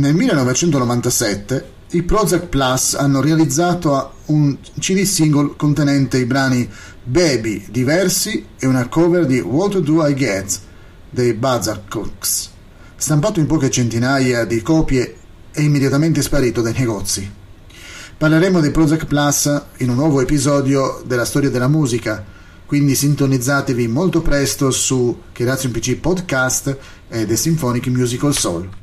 Nel 1997 i Prozac Plus hanno realizzato un CD single contenente i brani Baby diversi e una cover di What Do I Get dei Buzzcocks, stampato in poche centinaia di copie e immediatamente sparito dai negozi. Parleremo dei Prozac Plus in un nuovo episodio della storia della musica, quindi sintonizzatevi molto presto su Chirazzi Un PC Podcast e The Symphonic Musical Soul.